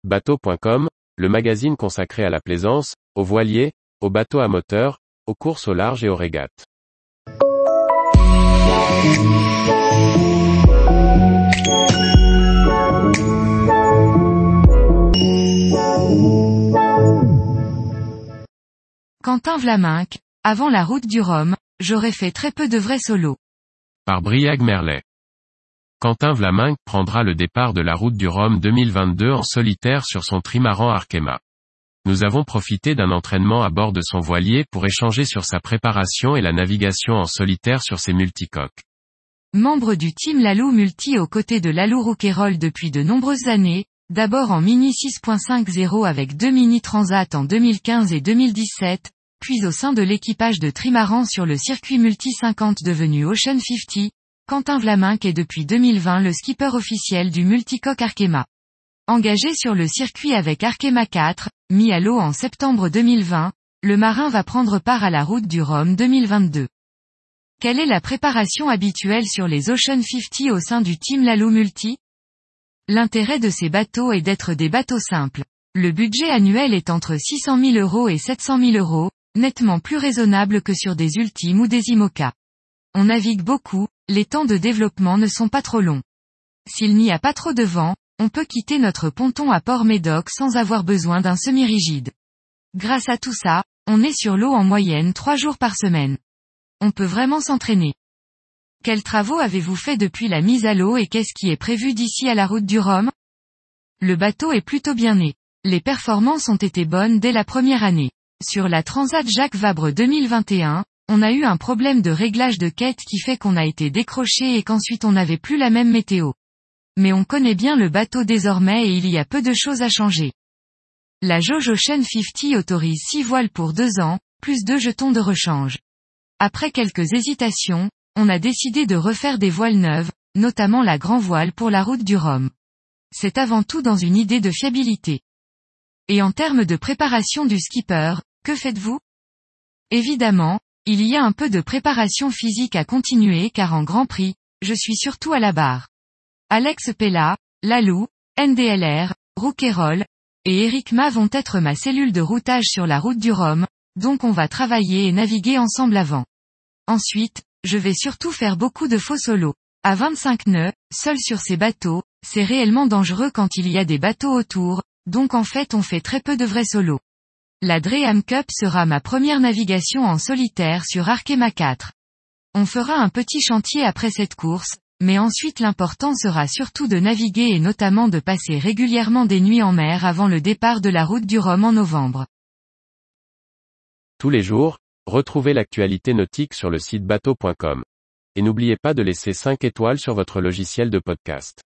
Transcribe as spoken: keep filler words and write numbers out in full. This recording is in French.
bateau point com, le magazine consacré à la plaisance, aux voiliers, aux bateaux à moteur, aux courses au large et aux régates. Quentin Vlaminck, avant la route du Rhum, j'aurais fait très peu de vrais solos. Par Briag Merlet. Quentin Vlaminck prendra le départ de la route du Rhum deux mille vingt-deux en solitaire sur son trimaran Arkema. Nous avons profité d'un entraînement à bord de son voilier pour échanger sur sa préparation et la navigation en solitaire sur ses multicoques. Membre du team Lalou Multi aux côtés de Lalou Rouquayrol depuis de nombreuses années, d'abord en Mini six point cinquante avec deux Mini Transat en deux mille quinze et deux mille dix-sept, puis au sein de l'équipage de trimaran sur le circuit Multi cinquante devenu Ocean cinquante, Quentin Vlaminck est depuis deux mille vingt le skipper officiel du multicoque Arkema. Engagé sur le circuit avec Arkema quatre, mis à l'eau en septembre deux mille vingt, le marin va prendre part à la route du Rhum deux mille vingt-deux. Quelle est la préparation habituelle sur les Ocean cinquante au sein du team Lalou Multi? L'intérêt de ces bateaux est d'être des bateaux simples. Le budget annuel est entre six cent mille euros et sept cent mille euros, nettement plus raisonnable que sur des Ultimes ou des IMOCA. On navigue beaucoup, les temps de développement ne sont pas trop longs. S'il n'y a pas trop de vent, on peut quitter notre ponton à Port-Médoc sans avoir besoin d'un semi-rigide. Grâce à tout ça, on est sur l'eau en moyenne trois jours par semaine. On peut vraiment s'entraîner. Quels travaux avez-vous fait depuis la mise à l'eau et qu'est-ce qui est prévu d'ici à la route du Rhum? Le bateau est plutôt bien né. Les performances ont été bonnes dès la première année. Sur la Transat Jacques Vabre deux mille vingt et un, on a eu un problème de réglage de quête qui fait qu'on a été décroché et qu'ensuite on n'avait plus la même météo. Mais on connaît bien le bateau désormais et il y a peu de choses à changer. La jauge Ocean cinquante autorise six voiles pour deux ans, plus deux jetons de rechange. Après quelques hésitations, on a décidé de refaire des voiles neuves, notamment la grand voile pour la route du Rhum. C'est avant tout dans une idée de fiabilité. Et en termes de préparation du skipper, que faites-vous? Évidemment, il y a un peu de préparation physique à continuer car en Grand Prix, je suis surtout à la barre. Alex Pella, Lalou, N D L R, Rouquayrol, et Eric Ma vont être ma cellule de routage sur la route du Rhum, donc on va travailler et naviguer ensemble avant. Ensuite, je vais surtout faire beaucoup de faux solos. À vingt-cinq nœuds, seul sur ces bateaux, c'est réellement dangereux quand il y a des bateaux autour, donc en fait on fait très peu de vrais solos. La Dreham Cup sera ma première navigation en solitaire sur Arkema quatre. On fera un petit chantier après cette course, mais ensuite l'important sera surtout de naviguer et notamment de passer régulièrement des nuits en mer avant le départ de la route du Rhum en novembre. Tous les jours, retrouvez l'actualité nautique sur le site bateau point com. Et n'oubliez pas de laisser cinq étoiles sur votre logiciel de podcast.